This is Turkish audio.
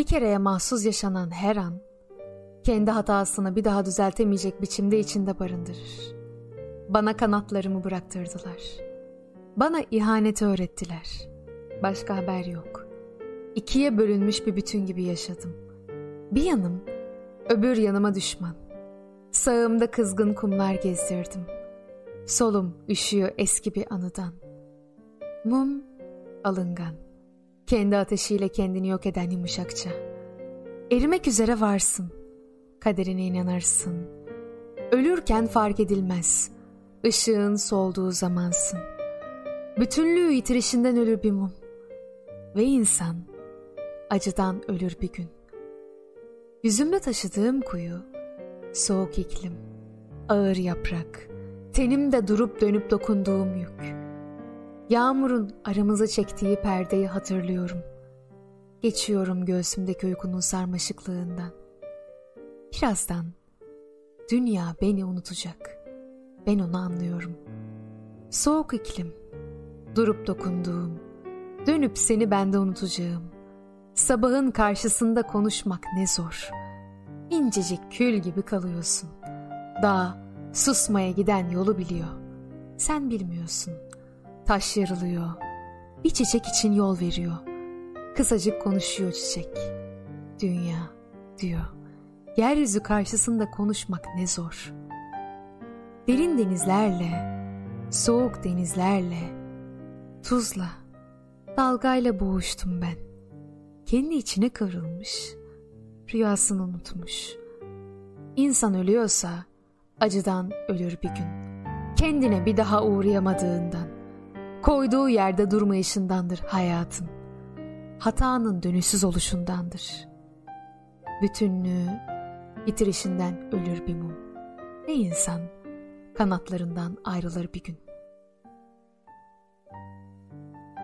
kereye mahsus yaşanan her an, kendi hatasını bir daha düzeltemeyecek biçimde içinde barındırır. Bana kanatlarımı bıraktırdılar. Bana ihaneti öğrettiler. Başka haber yok. İkiye bölünmüş bir bütün gibi yaşadım. Bir yanım, öbür yanıma düşman. Sağımda kızgın kumlar gezdirdim. Solum üşüyor eski bir anıdan. Mum, alıngan. Kendi ateşiyle kendini yok eden yumuşakça. Erimek üzere varsın. Kaderine inanırsın. Ölürken fark edilmez. Işığın solduğu zamansın. Bütünlüğü yitirişinden ölür bir mum. Ve insan acıdan ölür bir gün. Yüzümde taşıdığım kuyu, soğuk iklim, ağır yaprak, tenimde durup dönüp dokunduğum yük. Yağmurun aramıza çektiği perdeyi hatırlıyorum. Geçiyorum göğsümdeki uykunun sarmaşıklığından. Birazdan dünya beni unutacak. Ben onu anlıyorum. Soğuk iklim, durup dokunduğum, dönüp seni bende unutacağım. Sabahın karşısında konuşmak ne zor. İncecik kül gibi kalıyorsun. Dağ susmaya giden yolu biliyor. Sen bilmiyorsun. Taş yarılıyor. Bir çiçek için yol veriyor. Kısacık konuşuyor çiçek. Dünya diyor. Yeryüzü karşısında konuşmak ne zor. Derin denizlerle, soğuk denizlerle, tuzla, dalgayla boğuştum ben. Kendi içine kıvrılmış, rüyasını unutmuş. İnsan ölüyorsa acıdan ölür bir gün. Kendine bir daha uğrayamadığından, koyduğu yerde durmayışındandır hayatın. Hatanın dönüşsüz oluşundandır. Bütünlüğü yitirişinden ölür bir mum. Ve insan kanatlarından ayrılır bir gün.